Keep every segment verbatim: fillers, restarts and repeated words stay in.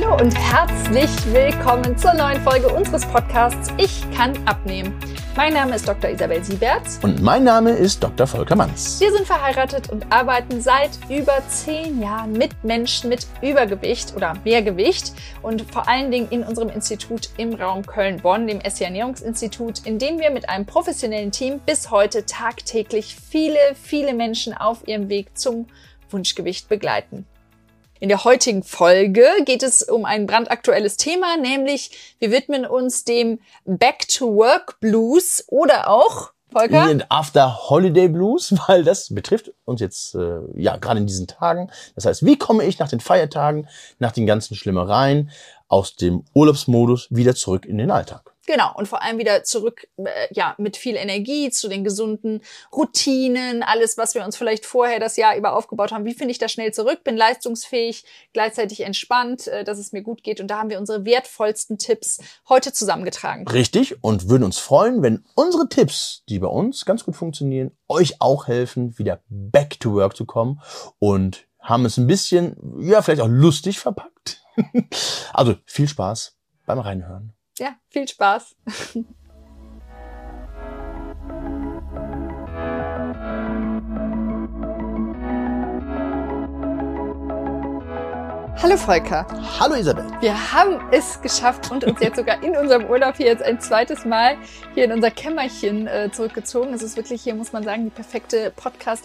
Hallo und herzlich willkommen zur neuen Folge unseres Podcasts Ich kann abnehmen. Mein Name ist Doktor Isabel Sieberts. Und mein Name ist Doktor Volker Manns. Wir sind verheiratet und arbeiten seit über zehn Jahren mit Menschen mit Übergewicht oder Mehrgewicht und vor allen Dingen in unserem Institut im Raum Köln-Bonn, dem Essie Ernährungsinstitut, in dem wir mit einem professionellen Team bis heute tagtäglich viele, viele Menschen auf ihrem Weg zum Wunschgewicht begleiten. In der heutigen Folge geht es um ein brandaktuelles Thema, nämlich wir widmen uns dem Back-to-Work-Blues oder auch, Volker? Den After-Holiday-Blues, weil das betrifft uns jetzt äh, ja gerade in diesen Tagen. Das heißt, wie komme ich nach den Feiertagen, nach den ganzen Schlimmereien aus dem Urlaubsmodus wieder zurück in den Alltag? Genau, und vor allem wieder zurück äh, ja mit viel Energie zu den gesunden Routinen, alles, was wir uns vielleicht vorher das Jahr über aufgebaut haben. Wie finde ich da schnell zurück, bin leistungsfähig, gleichzeitig entspannt, äh, dass es mir gut geht. Und da haben wir unsere wertvollsten Tipps heute zusammengetragen. Richtig, und würden uns freuen, wenn unsere Tipps, die bei uns ganz gut funktionieren, euch auch helfen, wieder back to work zu kommen, und haben es ein bisschen, ja, vielleicht auch lustig verpackt. Also viel Spaß beim Reinhören. Ja, viel Spaß. Hallo Volker. Hallo Isabel. Wir haben es geschafft und uns jetzt sogar in unserem Urlaub hier jetzt ein zweites Mal hier in unser Kämmerchen äh, zurückgezogen. Es ist wirklich, hier muss man sagen, die perfekte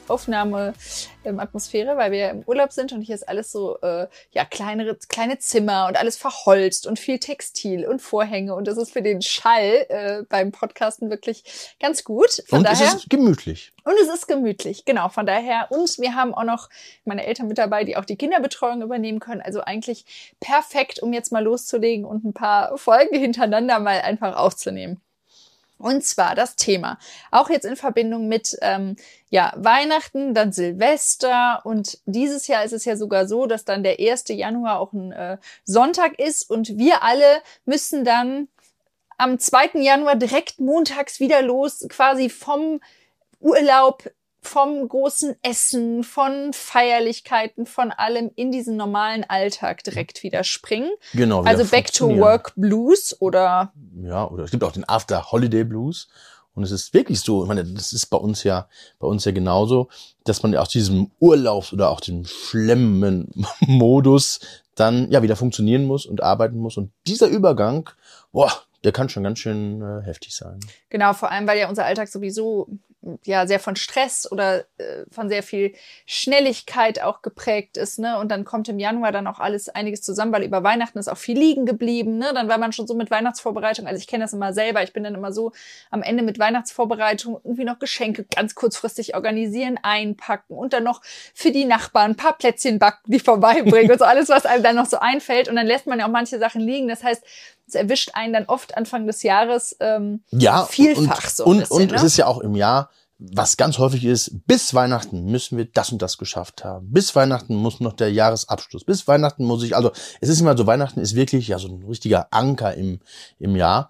Podcast-Aufnahme-Atmosphäre, ähm, weil wir im Urlaub sind und hier ist alles so, äh, ja, kleinere, kleine Zimmer und alles verholzt und viel Textil und Vorhänge, und das ist für den Schall äh, beim Podcasten wirklich ganz gut. Von und daher, es ist gemütlich. Und es ist gemütlich, genau, von daher. Und wir haben auch noch meine Eltern mit dabei, die auch die Kinderbetreuung übernehmen können. Also eigentlich perfekt, um jetzt mal loszulegen und ein paar Folgen hintereinander mal einfach aufzunehmen. Und zwar das Thema, auch jetzt in Verbindung mit ähm, ja Weihnachten, dann Silvester, und dieses Jahr ist es ja sogar so, dass dann der erste Januar auch ein äh, Sonntag ist und wir alle müssen dann am zweiten Januar direkt montags wieder los, quasi vom Urlaub, vom großen Essen, von Feierlichkeiten, von allem in diesen normalen Alltag direkt wieder springen. Genau. Also Back-to-Work-Blues oder... Ja, oder es gibt auch den After-Holiday-Blues. Und es ist wirklich so, ich meine, das ist bei uns ja, bei uns ja genauso, dass man ja aus diesem Urlaubs- oder auch dem Schlemmen-Modus dann ja wieder funktionieren muss und arbeiten muss. Und dieser Übergang, boah, der kann schon ganz schön äh, heftig sein. Genau, vor allem, weil ja unser Alltag sowieso ja sehr von Stress oder äh, von sehr viel Schnelligkeit auch geprägt ist, ne? Und dann kommt im Januar dann auch alles einiges zusammen, weil über Weihnachten ist auch viel liegen geblieben, ne? Dann war man schon so mit Weihnachtsvorbereitung, also ich kenne das immer selber, ich bin dann immer so am Ende mit Weihnachtsvorbereitung irgendwie noch Geschenke ganz kurzfristig organisieren, einpacken und dann noch für die Nachbarn ein paar Plätzchen backen, die vorbeibringen und so alles, was einem dann noch so einfällt, und dann lässt man ja auch manche Sachen liegen, das heißt, es erwischt einen dann oft Anfang des Jahres ähm, ja, vielfach und, so. Und, bisschen, und ne? es ist ja auch im Jahr, was ganz häufig ist, bis Weihnachten müssen wir das und das geschafft haben. Bis Weihnachten muss noch der Jahresabschluss. Bis Weihnachten muss ich, also es ist immer so, Weihnachten ist wirklich ja so ein richtiger Anker im, im Jahr.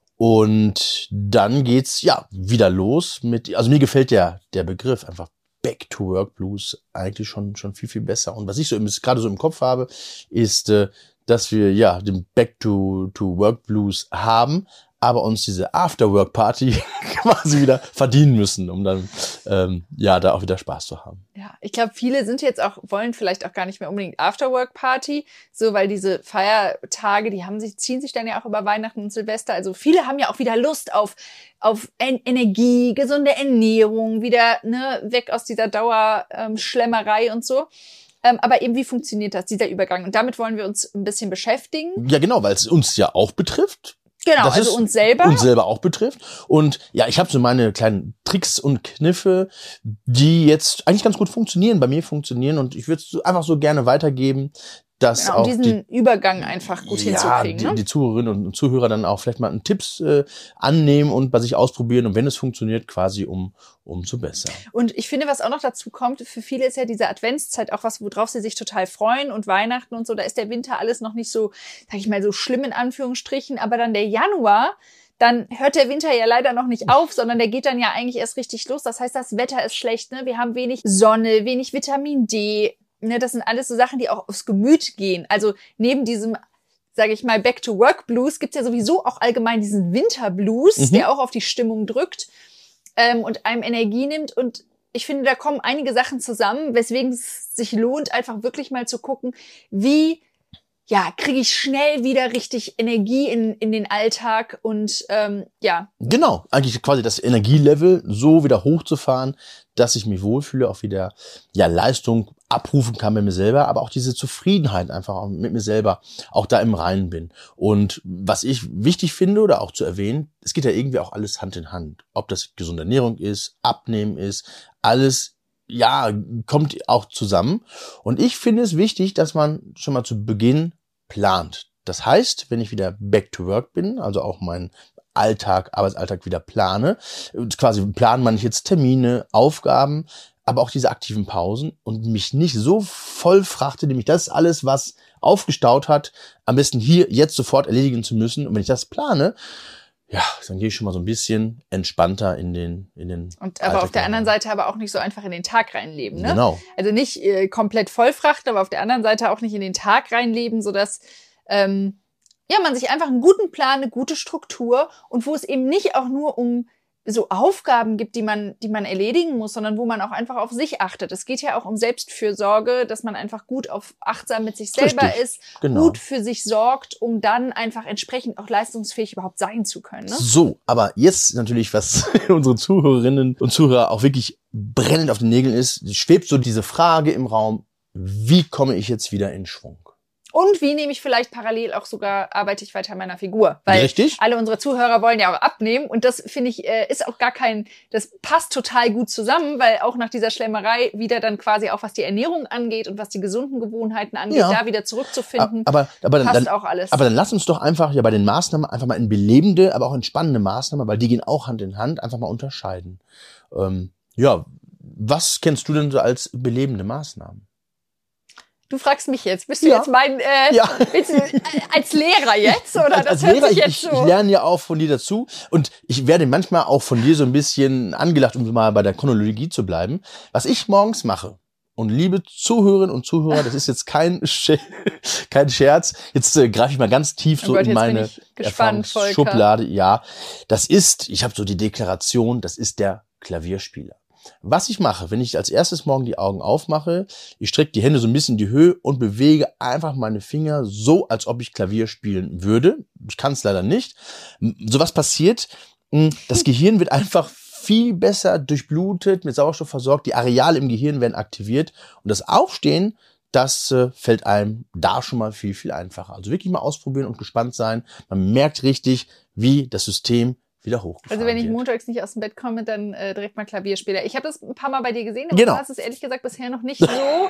Und dann geht's ja wieder los mit, also mir gefällt der, der Begriff einfach Back-to-Work-Blues eigentlich schon, schon viel, viel besser. Und was ich so im, gerade so im Kopf habe, ist, äh, dass wir ja den Back-to-to-Work-Blues haben, aber uns diese After-Work-Party quasi wieder verdienen müssen, um dann ähm, ja da auch wieder Spaß zu haben. Ja, ich glaube, viele sind jetzt auch, wollen vielleicht auch gar nicht mehr unbedingt After-Work-Party, so, weil diese Feiertage, die haben sich, ziehen sich dann ja auch über Weihnachten und Silvester. Also viele haben ja auch wieder Lust auf auf en- Energie, gesunde Ernährung, wieder ne weg aus dieser Dauerschlemmerei ähm, und so. Ähm, aber eben, wie funktioniert das, dieser Übergang? Und damit wollen wir uns ein bisschen beschäftigen. Ja, genau, weil es uns ja auch betrifft. Genau, das also uns selber. Uns selber auch betrifft. Und ja, ich habe so meine kleinen Tricks und Kniffe, die jetzt eigentlich ganz gut funktionieren, bei mir funktionieren. Und ich würde es einfach so gerne weitergeben, dass genau, um auch diesen die, Übergang einfach gut ja, hinzukriegen. Die, ne? die Zuhörerinnen und Zuhörer dann auch vielleicht mal einen Tipps äh, annehmen und bei sich ausprobieren. Und wenn es funktioniert, quasi um umso besser. Und ich finde, was auch noch dazu kommt, für viele ist ja diese Adventszeit auch was, worauf sie sich total freuen, und Weihnachten und so, da ist der Winter alles noch nicht so, sag ich mal, so schlimm in Anführungsstrichen, aber dann der Januar, dann hört der Winter ja leider noch nicht auf, sondern der geht dann ja eigentlich erst richtig los. Das heißt, das Wetter ist schlecht, ne? Wir haben wenig Sonne, wenig Vitamin D. Ne? Das sind alles so Sachen, die auch aufs Gemüt gehen. Also neben diesem sage ich mal, Back-to-Work-Blues, gibt's ja sowieso auch allgemein diesen Winter-Blues, mhm. der auch auf die Stimmung drückt ähm, und einem Energie nimmt. Und ich finde, da kommen einige Sachen zusammen, weswegen es sich lohnt, einfach wirklich mal zu gucken, wie ja, kriege ich schnell wieder richtig Energie in, in den Alltag und ähm, ja. Genau, eigentlich quasi das Energielevel so wieder hochzufahren, dass ich mich wohlfühle, auch wieder ja Leistung abrufen kann mit mir selber, aber auch diese Zufriedenheit einfach auch mit mir selber, auch da im Reinen bin. Und was ich wichtig finde oder auch zu erwähnen, es geht ja irgendwie auch alles Hand in Hand. Ob das gesunde Ernährung ist, Abnehmen ist, alles ja, kommt auch zusammen. Und ich finde es wichtig, dass man schon mal zu Beginn plant. Das heißt, wenn ich wieder back to work bin, also auch meinen Alltag, Arbeitsalltag wieder plane, quasi planen man jetzt Termine, Aufgaben, aber auch diese aktiven Pausen und mich nicht so voll frachte, nämlich das alles, was aufgestaut hat, am besten hier jetzt sofort erledigen zu müssen. Und wenn ich das plane, ja, dann gehe ich schon mal so ein bisschen entspannter in den in den Und aber Alltag auf der anderen Seite aber auch nicht so einfach in den Tag reinleben, ne? Genau. Also nicht äh, komplett vollfrachten, aber auf der anderen Seite auch nicht in den Tag reinleben, sodass ähm, ja, man sich einfach einen guten Plan, eine gute Struktur und wo es eben nicht auch nur um so Aufgaben gibt, die man, die man erledigen muss, sondern wo man auch einfach auf sich achtet. Es geht ja auch um Selbstfürsorge, dass man einfach gut auf achtsam mit sich selber Richtig, ist, genau. gut für sich sorgt, um dann einfach entsprechend auch leistungsfähig überhaupt sein zu können. Ne? So, aber jetzt natürlich, was unsere Zuhörerinnen und Zuhörer auch wirklich brennend auf den Nägeln ist, schwebt so diese Frage im Raum, wie komme ich jetzt wieder in Schwung? Und wie nehme ich vielleicht parallel auch sogar, arbeite ich weiter an meiner Figur? Weil Richtig. alle unsere Zuhörer wollen ja auch abnehmen. Und das, finde ich, ist auch gar kein, das passt total gut zusammen, weil auch nach dieser Schlemmerei wieder dann quasi auch, was die Ernährung angeht und was die gesunden Gewohnheiten angeht, ja. da wieder zurückzufinden, aber, aber dann, passt dann, auch alles. Aber dann lass uns doch einfach ja bei den Maßnahmen einfach mal in belebende, aber auch entspannende Maßnahmen, weil die gehen auch Hand in Hand, einfach mal unterscheiden. Ähm, ja, was kennst du denn so als belebende Maßnahmen? Du fragst mich jetzt, bist du ja. jetzt mein, äh, ja. willst du, äh, als Lehrer jetzt? Oder als, das als hört Lehrer, sich jetzt ich, so. Ich lerne ja auch von dir dazu und ich werde manchmal auch von dir so ein bisschen angelacht, um mal bei der Chronologie zu bleiben. Was ich morgens mache, und liebe Zuhörerinnen und Zuhörer, das ist jetzt kein, Sche- kein Scherz, jetzt äh, greife ich mal ganz tief so oh Gott, in meine Erfahrungsschublade. Ja, das ist, ich habe so die Deklaration, das ist der Klavierspieler. Was ich mache, wenn ich als erstes morgen die Augen aufmache, ich strecke die Hände so ein bisschen in die Höhe und bewege einfach meine Finger so, als ob ich Klavier spielen würde. Ich kann es leider nicht. So was passiert, das Gehirn wird einfach viel besser durchblutet, mit Sauerstoff versorgt, die Areale im Gehirn werden aktiviert und das Aufstehen, das äh, fällt einem da schon mal viel, viel einfacher. Also wirklich mal ausprobieren und gespannt sein. Man merkt richtig, wie das System wieder hochgefahren Also wenn ich wird. montags nicht aus dem Bett komme, dann äh, direkt mal Klavierspieler. Ich habe das ein paar Mal bei dir gesehen, aber genau. du hast es ehrlich gesagt bisher noch nicht so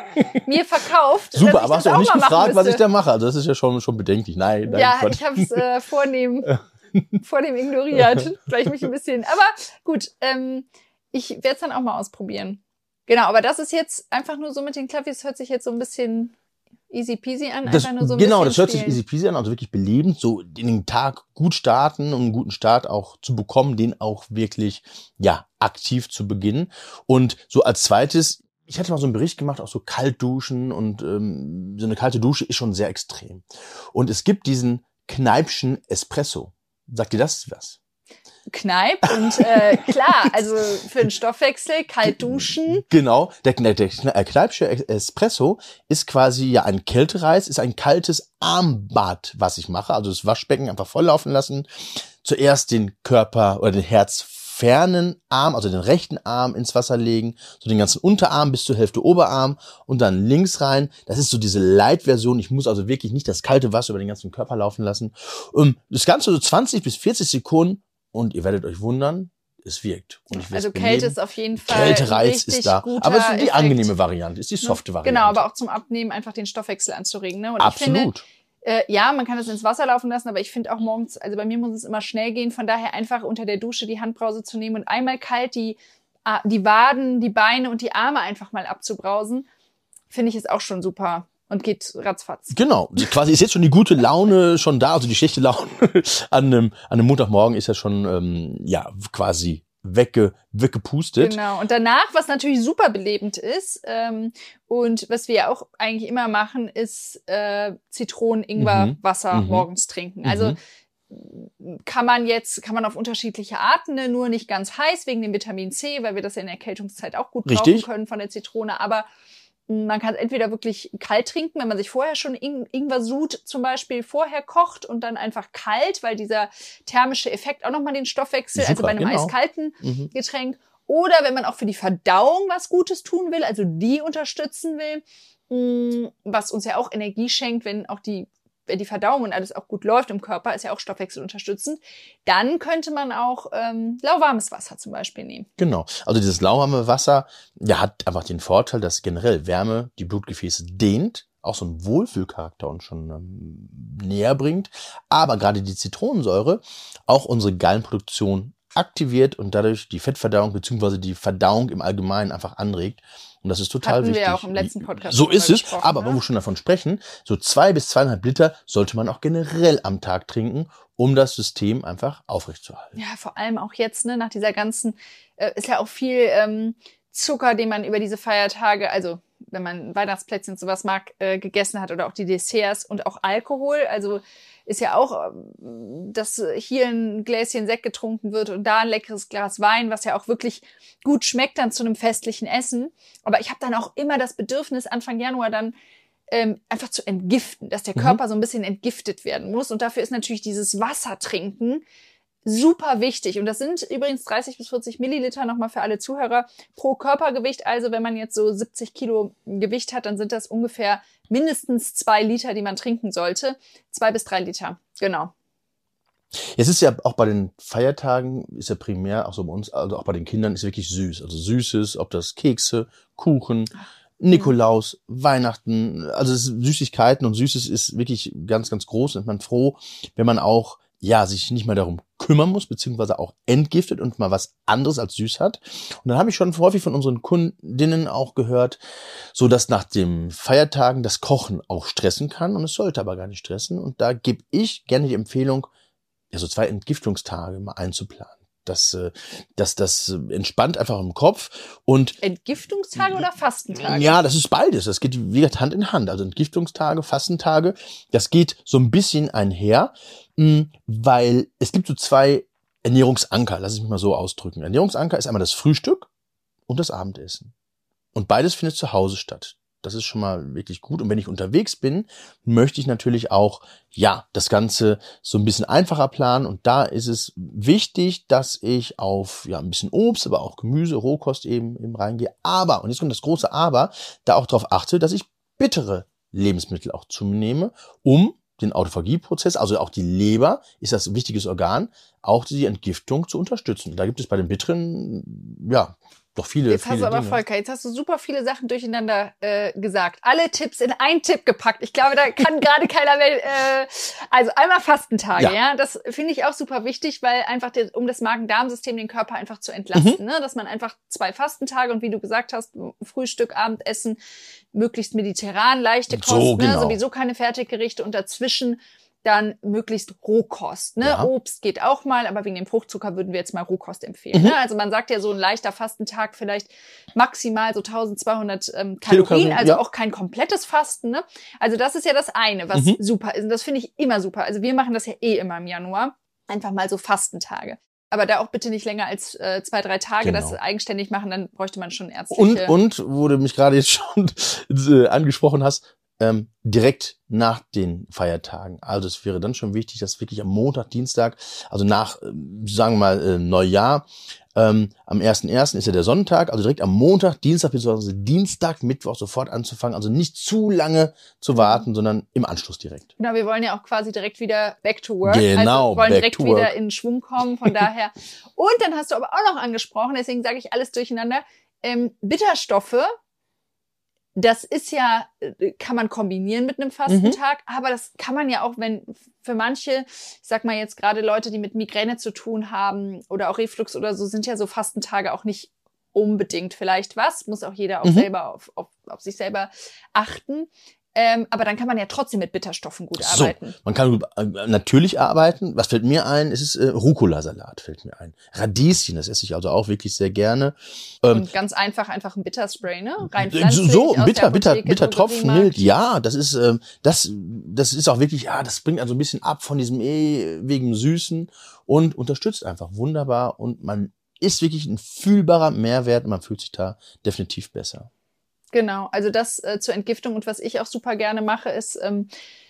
mir verkauft. Super, aber hast du auch nicht gefragt, was ich da mache. Also das ist ja schon schon bedenklich. Nein, nein. Ja, Gott. ich habe es äh, vornehm, vornehm ignoriert, weil ich mich ein bisschen... Aber gut, ähm, ich werde es dann auch mal ausprobieren. Genau, aber das ist jetzt einfach nur so mit den Klaviers, hört sich jetzt so ein bisschen... easy peasy an, das, einfach nur so ein genau, bisschen das hört spielen. sich easy peasy an, also wirklich belebend, so in den Tag gut starten, um einen guten Start auch zu bekommen, den auch wirklich, ja, aktiv zu beginnen. Und so als zweites, ich hatte mal so einen Bericht gemacht, auch so Kaltduschen und ähm, so eine kalte Dusche ist schon sehr extrem. Und es gibt diesen Kneipschen Espresso. Sagt dir das was? Kneipp und äh, klar, also für den Stoffwechsel, kalt duschen. Genau, der, der, der Kneipsche Espresso ist quasi ja ein Kältereis, ist ein kaltes Armbad, was ich mache, also das Waschbecken einfach volllaufen lassen, zuerst den Körper oder den herzfernen Arm, also den rechten Arm ins Wasser legen, so den ganzen Unterarm bis zur Hälfte Oberarm und dann links rein. Das ist so diese Light-Version. Ich muss also wirklich nicht das kalte Wasser über den ganzen Körper laufen lassen. Das Ganze so zwanzig bis vierzig Sekunden. Und ihr werdet euch wundern, es wirkt. Und ich also Kälte ist auf jeden Fall Kältereiz ist da. Aber es ist die Effekt. Angenehme Variante, ist die softe Variante. Genau, aber auch zum Abnehmen einfach den Stoffwechsel anzuregen. Ne? Und absolut. Ich finde, äh, ja, man kann das ins Wasser laufen lassen, aber ich finde auch morgens, also bei mir muss es immer schnell gehen. Von daher einfach unter der Dusche die Handbrause zu nehmen und einmal kalt die, die Waden, die Beine und die Arme einfach mal abzubrausen, finde ich ist auch schon super. Und geht ratzfatz. Genau, quasi ist jetzt schon die gute Laune schon da, also die schlechte Laune an einem, an einem Montagmorgen ist ja schon ähm, ja quasi wegge, weggepustet. Genau. Und danach, was natürlich super belebend ist, ähm, und was wir ja auch eigentlich immer machen, ist äh, Zitronen-Ingwer-Wasser Mhm. morgens trinken. Also kann man jetzt, kann man auf unterschiedliche Arten, ne? Nur nicht ganz heiß wegen dem Vitamin C, weil wir das ja in der Erkältungszeit auch gut brauchen Richtig. können von der Zitrone. Aber man kann es entweder wirklich kalt trinken, wenn man sich vorher schon In- Ingwer-Sud zum Beispiel vorher kocht und dann einfach kalt, weil dieser thermische Effekt auch nochmal den Stoffwechsel, Super, also bei einem genau. eiskalten Mhm. Getränk. Oder wenn man auch für die Verdauung was Gutes tun will, also die unterstützen will, mh, was uns ja auch Energie schenkt, wenn auch die wenn die Verdauung und alles auch gut läuft im Körper, ist ja auch stoffwechselunterstützend, dann könnte man auch ähm, lauwarmes Wasser zum Beispiel nehmen. Genau. Also dieses lauwarme Wasser, ja, hat einfach den Vorteil, dass generell Wärme die Blutgefäße dehnt, auch so einen Wohlfühlcharakter uns schon ähm, näher bringt, aber gerade die Zitronensäure auch unsere Gallenproduktion aktiviert und dadurch die Fettverdauung bzw. die Verdauung im Allgemeinen einfach anregt. Und das ist total Hatten wichtig. wir auch im letzten Podcast So drüber ist es, gesprochen, aber ne? wenn wir schon davon sprechen, so zwei bis zweieinhalb Liter sollte man auch generell am Tag trinken, um das System einfach aufrechtzuerhalten. Ja, vor allem auch jetzt, ne, nach dieser ganzen, äh, ist ja auch viel ähm, Zucker, den man über diese Feiertage, also wenn man Weihnachtsplätzchen und sowas mag, äh, gegessen hat oder auch die Desserts und auch Alkohol. Also ist ja auch, ähm, dass hier ein Gläschen Sekt getrunken wird und da ein leckeres Glas Wein, was ja auch wirklich gut schmeckt dann zu einem festlichen Essen. Aber ich habe dann auch immer das Bedürfnis, Anfang Januar dann ähm, einfach zu entgiften, dass der Körper Mhm. so ein bisschen entgiftet werden muss. Und dafür ist natürlich dieses Wasser trinken super wichtig. Und das sind übrigens dreißig bis vierzig Milliliter nochmal für alle Zuhörer pro Körpergewicht. Also wenn man jetzt so siebzig Kilo Gewicht hat, dann sind das ungefähr mindestens zwei Liter, die man trinken sollte. Zwei bis drei Liter, genau. Es ist ja auch bei den Feiertagen, ist ja primär auch so bei uns, also auch bei den Kindern, ist wirklich süß. Also Süßes, ob das Kekse, Kuchen, Nikolaus, Weihnachten, also es ist Süßigkeiten und Süßes ist wirklich ganz, ganz groß. Und man ist froh, wenn man auch ja, sich nicht mehr darum kümmern muss, beziehungsweise auch entgiftet und mal was anderes als süß hat. Und dann habe ich schon häufig von unseren Kundinnen auch gehört, so dass nach den Feiertagen das Kochen auch stressen kann und es sollte aber gar nicht stressen. Und da gebe ich gerne die Empfehlung, ja, so zwei Entgiftungstage mal einzuplanen. Das, das, das entspannt einfach im Kopf und Entgiftungstage oder Fastentage? Ja, das ist beides. Das geht wie gesagt Hand in Hand. Also Entgiftungstage, Fastentage, das geht so ein bisschen einher, weil es gibt so zwei Ernährungsanker. Lass es mich mal so ausdrücken. Ernährungsanker ist einmal das Frühstück und das Abendessen. Und beides findet zu Hause statt. Das ist schon mal wirklich gut. Und wenn ich unterwegs bin, möchte ich natürlich auch, ja, das Ganze so ein bisschen einfacher planen. Und da ist es wichtig, dass ich auf, ja, ein bisschen Obst, aber auch Gemüse, Rohkost eben, eben reingehe. Aber, und jetzt kommt das große Aber, da auch darauf achte, dass ich bittere Lebensmittel auch zu mir nehme, um den Autophagieprozess, also auch die Leber ist das ein wichtiges Organ, auch die Entgiftung zu unterstützen. Da gibt es bei den bitteren, ja, doch viele, jetzt viele hast du aber Dinge. Volker, jetzt hast du super viele Sachen durcheinander äh, gesagt. Alle Tipps in einen Tipp gepackt. Ich glaube, da kann gerade keiner mehr. Äh, also einmal Fastentage, ja. ja das finde ich auch super wichtig, weil einfach der, um das Magen-Darm-System den Körper einfach zu entlasten, mhm. ne? Dass man einfach zwei Fastentage und wie du gesagt hast, Frühstück, Abendessen, möglichst mediterran, leichte Kost, so, genau. ne? Sowieso keine Fertiggerichte und dazwischen dann möglichst Rohkost. Ne? Ja. Obst geht auch mal, aber wegen dem Fruchtzucker würden wir jetzt mal Rohkost empfehlen. Mhm. Ne? Also man sagt ja, so ein leichter Fastentag vielleicht maximal so eintausendzweihundert ähm, Kalorien, also ja. auch kein komplettes Fasten. Ne? Also das ist ja das eine, was mhm. super ist. Und das finde ich immer super. Also wir machen das ja eh immer im Januar. Einfach mal so Fastentage. Aber da auch bitte nicht länger als äh, zwei, drei Tage genau. das eigenständig machen, dann bräuchte man schon ärztliche... Und, und wo du mich gerade jetzt schon äh, angesprochen hast, Ähm, direkt nach den Feiertagen. Also es wäre dann schon wichtig, dass wirklich am Montag, Dienstag, also nach, sagen wir mal, äh, Neujahr, ähm, am ersten ersten ist ja der Sonntag, also direkt am Montag, Dienstag bzw. Dienstag, Mittwoch sofort anzufangen, also nicht zu lange zu warten, sondern im Anschluss direkt. Genau, wir wollen ja auch quasi direkt wieder back to work. Genau, also wollen back direkt to work. wieder in Schwung kommen, von daher. Und dann hast du aber auch noch angesprochen, deswegen sage ich alles durcheinander, ähm, Bitterstoffe. Das ist ja, kann man kombinieren mit einem Fastentag, mhm. aber das kann man ja auch, wenn für manche, ich sag mal jetzt gerade Leute, die mit Migräne zu tun haben oder auch Reflux oder so, sind ja so Fastentage auch nicht unbedingt vielleicht was, muss auch jeder auch mhm. selber auf, auf, auf sich selber achten. Ähm, aber dann kann man ja trotzdem mit Bitterstoffen gut so, arbeiten. Man kann gut, äh, natürlich arbeiten. Was fällt mir ein? Es ist äh, Rucola-Salat fällt mir ein. Radieschen, das esse ich also auch wirklich sehr gerne. Ähm, Und ganz einfach, einfach ein Bitterspray, ne? Rein so, pflanzlich, so aus bitter, der bitter, Apotheke, bitter Tropfen, Drogeriemarkt. mild. Ja, das ist, ähm, das, das ist auch wirklich, ja, das bringt also ein bisschen ab von diesem ewigen Süßen und unterstützt einfach wunderbar und man ist wirklich ein fühlbarer Mehrwert. Man fühlt sich da definitiv besser. Genau, also das äh, zur Entgiftung. Und was ich auch super gerne mache, ist ähm,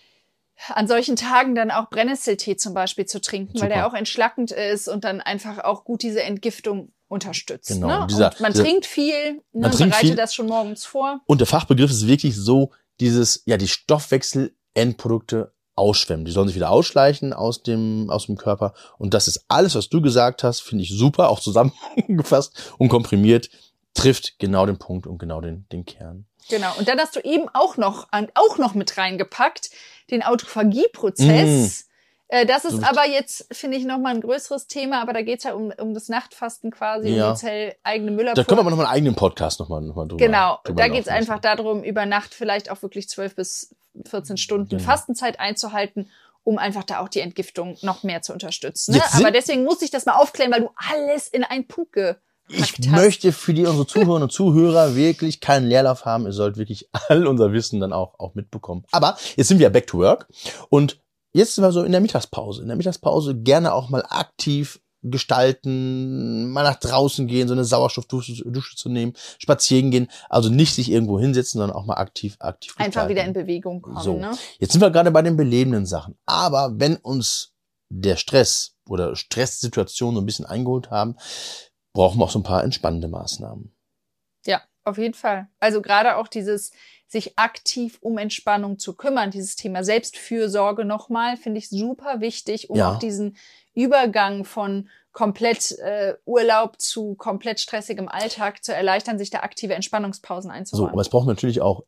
an solchen Tagen dann auch Brennnesseltee zum Beispiel zu trinken, Super. weil der auch entschlackend ist und dann einfach auch gut diese Entgiftung unterstützt. Genau, Ne? und dieser- und man dieser- trinkt viel, ne, man trinkt bereitet viel. das schon morgens vor. Und der Fachbegriff ist wirklich so, dieses, ja, die Stoffwechselendprodukte ausschwemmen. Die sollen sich wieder ausschleichen aus dem, aus dem Körper. Und das ist alles, was du gesagt hast, finde ich super, auch zusammengefasst und komprimiert, trifft genau den Punkt und genau den, den Kern. Genau. Und dann hast du eben auch noch, an- auch noch mit reingepackt, den Autophagie-Prozess. Äh, das ist So- aber jetzt, finde ich, nochmal ein größeres Thema, aber da geht's ja um, um das Nachtfasten quasi, Ja. um die zelleigene Müllabfuhr. Da können wir aber nochmal einen eigenen Podcast nochmal noch mal drüber. Genau, drüber da geht's laufen einfach lassen. darum, über Nacht vielleicht auch wirklich zwölf bis vierzehn Stunden Genau. Fastenzeit einzuhalten, um einfach da auch die Entgiftung noch mehr zu unterstützen. Ne? Jetzt sind- Aber deswegen muss ich das mal aufklären, weil du alles in einen Punkt gepackt Ich hast. möchte für die unsere Zuhörerinnen und Zuhörer wirklich keinen Leerlauf haben. Ihr sollt wirklich all unser Wissen dann auch, auch mitbekommen. Aber jetzt sind wir ja back to work und jetzt sind wir so in der Mittagspause. In der Mittagspause gerne auch mal aktiv gestalten, mal nach draußen gehen, so eine Sauerstoffdusche Dusche zu nehmen, spazieren gehen, also nicht sich irgendwo hinsetzen, sondern auch mal aktiv, aktiv Einfach gestalten. wieder in Bewegung kommen. So, Ne? jetzt sind wir gerade bei den belebenden Sachen. Aber wenn uns der Stress oder Stresssituationen so ein bisschen eingeholt haben, brauchen wir auch so ein paar entspannende Maßnahmen. Ja, auf jeden Fall. Also gerade auch dieses sich aktiv um Entspannung zu kümmern, dieses Thema Selbstfürsorge nochmal, finde ich super wichtig, um Ja. auch diesen Übergang von komplett äh, Urlaub zu komplett stressigem Alltag zu erleichtern, sich da aktive Entspannungspausen So, einzuräumen. aber es braucht natürlich auch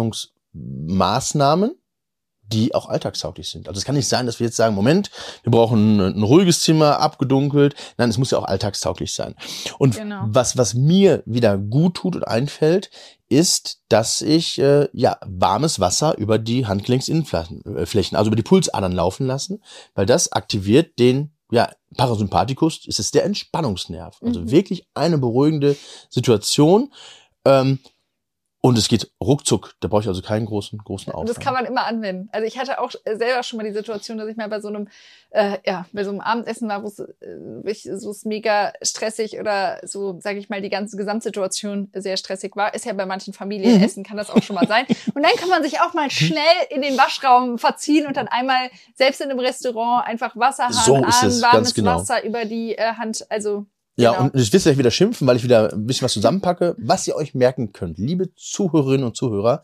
Entspannungsmaßnahmen, die auch alltagstauglich sind. Also es kann nicht sein, dass wir jetzt sagen, Moment, wir brauchen ein, ein ruhiges Zimmer, abgedunkelt. Nein, es muss ja auch alltagstauglich sein. Und Genau. was, was mir wieder gut tut und einfällt, ist, dass ich äh, ja warmes Wasser über die Handgelenksinnenflächen, also über die Pulsadern laufen lassen, weil das aktiviert den ja Parasympathikus, ist es der Entspannungsnerv. Also Mhm. wirklich eine beruhigende Situation. Ähm, Und es geht ruckzuck. Da brauche ich also keinen großen, großen Und Aufwand. das kann man immer anwenden. Also ich hatte auch selber schon mal die Situation, dass ich mal bei so einem, äh, ja, bei so einem Abendessen war, wo es, äh, wirklich so es mega stressig oder so, sage ich mal, die ganze Gesamtsituation sehr stressig war. Ist ja bei manchen Familienessen, kann das auch schon mal sein. Und dann kann man sich auch mal schnell in den Waschraum verziehen und dann einmal, selbst in einem Restaurant, einfach Wasserhahn So ist an, es, warmes ganz genau. Wasser über die äh, Hand, also Ja, genau. und ich will gleich wieder schimpfen, weil ich wieder ein bisschen was zusammenpacke. Was ihr euch merken könnt, liebe Zuhörerinnen und Zuhörer,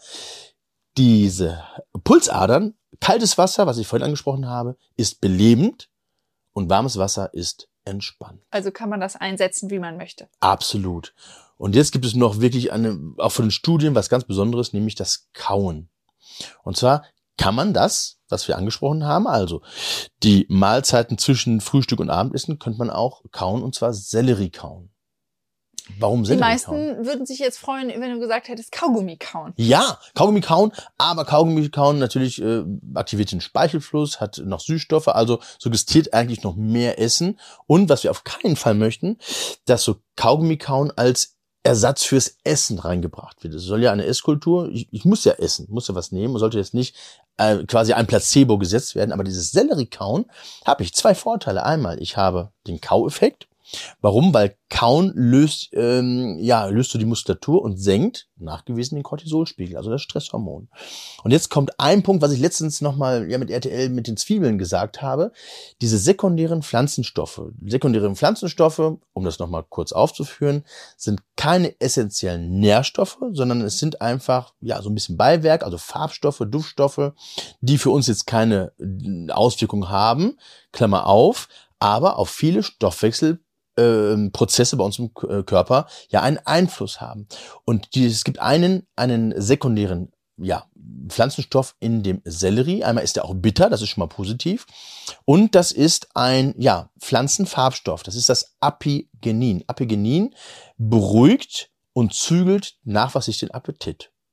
diese Pulsadern, kaltes Wasser, was ich vorhin angesprochen habe, ist belebend und warmes Wasser ist entspannend. Also kann man das einsetzen, wie man möchte. Absolut. Und jetzt gibt es noch wirklich eine, auch von den Studien was ganz Besonderes, nämlich das Kauen. Und zwar kann man das, was wir angesprochen haben, also die Mahlzeiten zwischen Frühstück und Abendessen, könnte man auch kauen, und zwar Sellerie kauen. Warum Die Sellerie meisten kauen? würden sich jetzt freuen, wenn du gesagt hättest, Kaugummi kauen. Ja, Kaugummi kauen, aber Kaugummi kauen natürlich äh, aktiviert den Speichelfluss, hat noch Süßstoffe, also suggestiert eigentlich noch mehr Essen. Und was wir auf keinen Fall möchten, dass so Kaugummi kauen als Ersatz fürs Essen reingebracht wird. Es soll ja eine Esskultur, ich, ich muss ja essen, muss ja was nehmen, sollte jetzt nicht äh, quasi ein Placebo gesetzt werden, aber dieses Sellerie-Kauen habe ich zwei Vorteile. Einmal, ich habe den Kaueffekt. Warum? Weil Kauen löst, ähm, ja, löst so die Muskulatur und senkt nachgewiesen den Cortisolspiegel, also das Stresshormon. Und jetzt kommt ein Punkt, was ich letztens nochmal ja, mit R T L mit den Zwiebeln gesagt habe. Diese sekundären Pflanzenstoffe. Sekundäre Pflanzenstoffe, um das nochmal kurz aufzuführen, sind keine essentiellen Nährstoffe, sondern es sind einfach ja so ein bisschen Beiwerk, also Farbstoffe, Duftstoffe, die für uns jetzt keine Auswirkung haben, Klammer auf, aber auf viele Stoffwechsel Prozesse bei uns im Körper ja einen Einfluss haben. Und die, es gibt einen, einen sekundären ja, Pflanzenstoff in dem Sellerie. Einmal ist der auch bitter, das ist schon mal positiv. Und das ist ein ja, Pflanzenfarbstoff, das ist das Apigenin. Apigenin beruhigt und zügelt nachweislich den Appetit.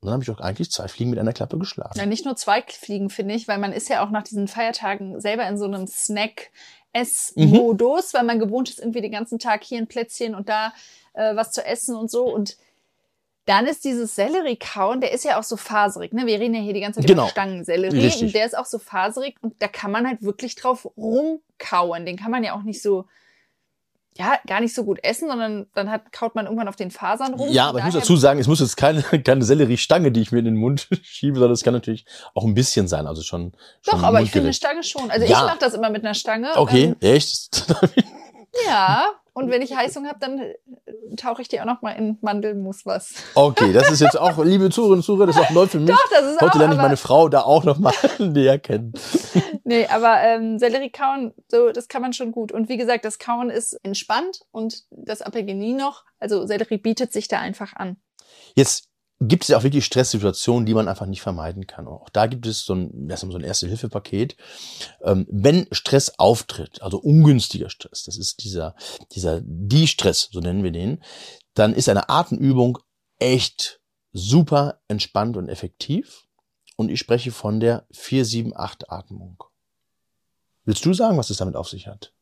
Und dann habe ich auch eigentlich zwei Fliegen mit einer Klappe geschlagen. Ja, nicht nur zwei Fliegen, finde ich, weil man ist ja auch nach diesen Feiertagen selber in so einem Snack-Ess-Modus, mhm. weil man gewohnt ist, irgendwie den ganzen Tag hier ein Plätzchen und da äh, was zu essen und so. Und dann ist dieses Sellerie-Kauen, der ist ja auch so faserig. Ne? Wir reden ja hier die ganze Zeit genau. über Stangensellerie. Richtig. Und der ist auch so faserig und da kann man halt wirklich drauf rumkauen. Den kann man ja auch nicht so... ja, gar nicht so gut essen, sondern dann hat, kaut man irgendwann auf den Fasern rum. Ja, aber ich muss dazu sagen, es muss jetzt keine, keine Selleriestange, die ich mir in den Mund schiebe, sondern es kann natürlich auch ein bisschen sein, also schon, schon Doch, aber ich finde eine Stange schon. Also ja. ich mache das immer mit einer Stange. Okay, ähm, echt? Ja, und wenn ich Heißung habe, dann tauche ich die auch noch mal in Mandelmus was. Okay, das ist jetzt auch, liebe Zuhörerinnen und Zuhörer, das ist auch neu für mich. Doch, das ist Heute auch, lerne ich meine Frau da auch noch mal näher kennen. Nee, aber ähm, Sellerie kauen, so, das kann man schon gut. Und wie gesagt, das Kauen ist entspannt und das Apelgenie noch. Also Sellerie bietet sich da einfach an. Jetzt gibt es ja auch wirklich Stresssituationen, die man einfach nicht vermeiden kann. Auch da gibt es so ein, das ist so ein Erste-Hilfe-Paket. Ähm, wenn Stress auftritt, also ungünstiger Stress, das ist dieser, dieser Die-Stress, so nennen wir den, dann ist eine Atemübung echt super entspannt und effektiv. Und ich spreche von der vier sieben acht Atmung. Willst du sagen, was es damit auf sich hat?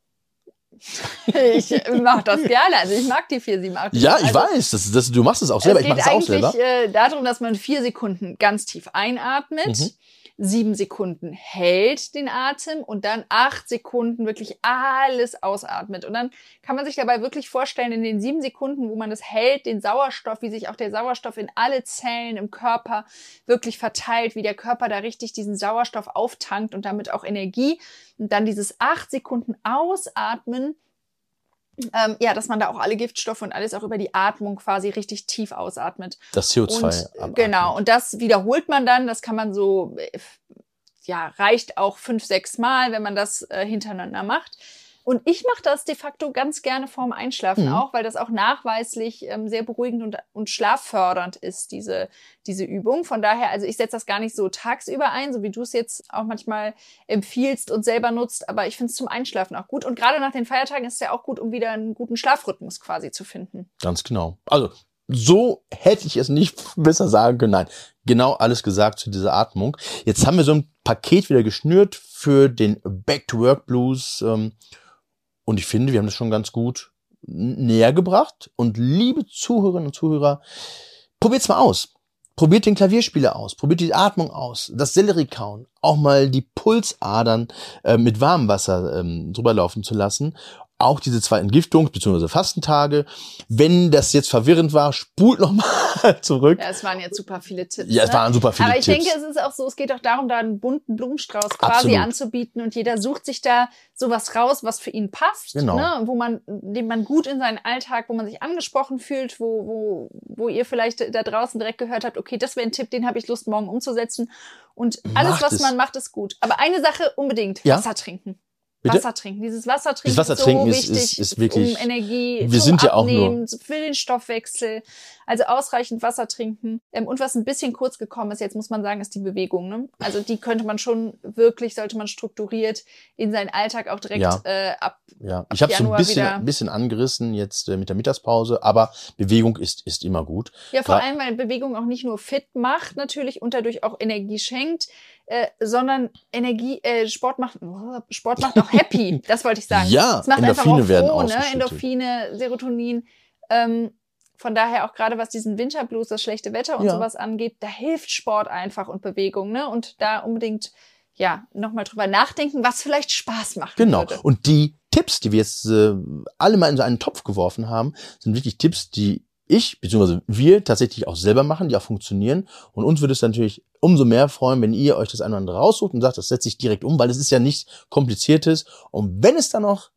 Ich mache das gerne. Also ich mag die vier sieben acht. Ja, ich also, weiß. Das, das, du machst es auch selber. Ich mache es auch selber. Es geht eigentlich äh, darum, dass man vier Sekunden ganz tief einatmet, mhm. sieben Sekunden hält den Atem und dann acht Sekunden wirklich alles ausatmet. Und dann kann man sich dabei wirklich vorstellen, in den sieben Sekunden, wo man das hält, den Sauerstoff, wie sich auch der Sauerstoff in alle Zellen im Körper wirklich verteilt, wie der Körper da richtig diesen Sauerstoff auftankt und damit auch Energie. Und dann dieses acht Sekunden ausatmen, ähm, ja, dass man da auch alle Giftstoffe und alles auch über die Atmung quasi richtig tief ausatmet. Das C O zwei Und, genau, und das wiederholt man dann, das kann man so, ja, reicht auch fünf, sechs Mal, wenn man das äh, hintereinander macht. Und ich mache das de facto ganz gerne vorm Einschlafen mhm. auch, weil das auch nachweislich ähm, sehr beruhigend und, und schlaffördernd ist, diese, diese Übung. Von daher, also ich setze das gar nicht so tagsüber ein, so wie du es jetzt auch manchmal empfiehlst und selber nutzt. Aber ich finde es zum Einschlafen auch gut. Und gerade nach den Feiertagen ist es ja auch gut, um wieder einen guten Schlafrhythmus quasi zu finden. Ganz genau. Also so hätte ich es nicht besser sagen können. Nein, genau alles gesagt zu dieser Atmung. Jetzt haben wir so ein Paket wieder geschnürt für den Back-to-Work-Blues. Ähm, Und ich finde, wir haben das schon ganz gut näher gebracht. Und liebe Zuhörerinnen und Zuhörer, probiert's mal aus. Probiert den Klavierspieler aus. Probiert die Atmung aus. Das Sellerie-Kauen. Auch mal die Pulsadern äh, mit warmem Wasser ähm, drüber laufen zu lassen. Auch diese zwei Entgiftungs- bzw. Fastentage. Wenn das jetzt verwirrend war, spult noch mal zurück. Ja, es waren jetzt super viele Tipps. Ja, es ne? waren super viele Aber ich Tipps. denke, es ist auch so, es geht auch darum, da einen bunten Blumenstrauß quasi Absolut. anzubieten und jeder sucht sich da sowas raus, was für ihn passt, Genau. ne? Wo man, dem man gut in seinen Alltag, wo man sich angesprochen fühlt, wo, wo, wo ihr vielleicht da draußen direkt gehört habt, okay, das wäre ein Tipp, den habe ich Lust, morgen umzusetzen. Und alles, Macht was es. man macht, ist gut. Aber eine Sache unbedingt, Ja? Wasser trinken. Bitte? Wasser trinken. Dieses Wasser trinken Das Wasser ist so trinken ist- wichtig, ist- ist wirklich- um Energie wir zum sind ja auch Abnehmen, nur- für den Stoffwechsel. Also ausreichend Wasser trinken. Ähm, Und was ein bisschen kurz gekommen ist, jetzt muss man sagen, ist die Bewegung. Ne? Also die könnte man schon wirklich, sollte man strukturiert in seinen Alltag auch direkt Ja. äh, ab. Ja, ich habe so ein Januar bisschen, wieder- ein bisschen angerissen jetzt äh, mit der Mittagspause, aber Bewegung ist, ist immer gut. Ja, vor Gra- allem, weil Bewegung auch nicht nur fit macht natürlich und dadurch auch Energie schenkt, äh, sondern Energie, äh, Sport macht, oh, Sport macht auch happy. Das wollte ich sagen. Ja, es macht einfach Endorphine auch werden froh, ne? ausgeschüttet. Endorphine, Serotonin. Ähm, von daher auch gerade was diesen Winterblues, das schlechte Wetter und Ja. sowas angeht, da hilft Sport einfach und Bewegung, ne? Und da unbedingt, ja, nochmal drüber nachdenken, was vielleicht Spaß machen Genau. würde. Und die Tipps, die wir jetzt äh, alle mal in so einen Topf geworfen haben, sind wirklich Tipps, die ich bzw. wir tatsächlich auch selber machen, die auch funktionieren. Und uns würde es natürlich umso mehr freuen, wenn ihr euch das eine oder andere raussucht und sagt, das setze ich direkt um, weil es ist ja nichts Kompliziertes. Und wenn es dann noch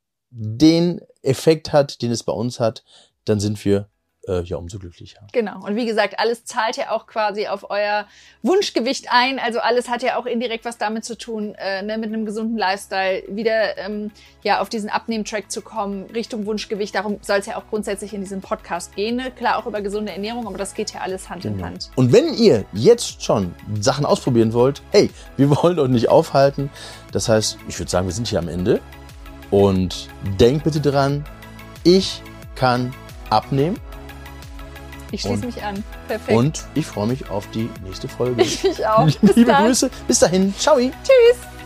den Effekt hat, den es bei uns hat, dann sind wir äh, ja umso glücklicher. Genau. Und wie gesagt, alles zahlt ja auch quasi auf euer Wunschgewicht ein. Also alles hat ja auch indirekt was damit zu tun, äh, ne, mit einem gesunden Lifestyle wieder ähm, ja auf diesen Abnehmtrack zu kommen, Richtung Wunschgewicht. Darum soll es ja auch grundsätzlich in diesem Podcast gehen. Ne? Klar, auch über gesunde Ernährung, aber das geht ja alles Hand in Genau. Hand. Und wenn ihr jetzt schon Sachen ausprobieren wollt, hey, wir wollen euch nicht aufhalten. Das heißt, ich würde sagen, wir sind hier am Ende. Und denkt bitte dran, ich kann abnehmen. Ich schließe Und- mich an. Perfekt. Und ich freue mich auf die nächste Folge. Ich mich auch. Bis Liebe dann. Grüße. Bis dahin. Ciao. Tschüss.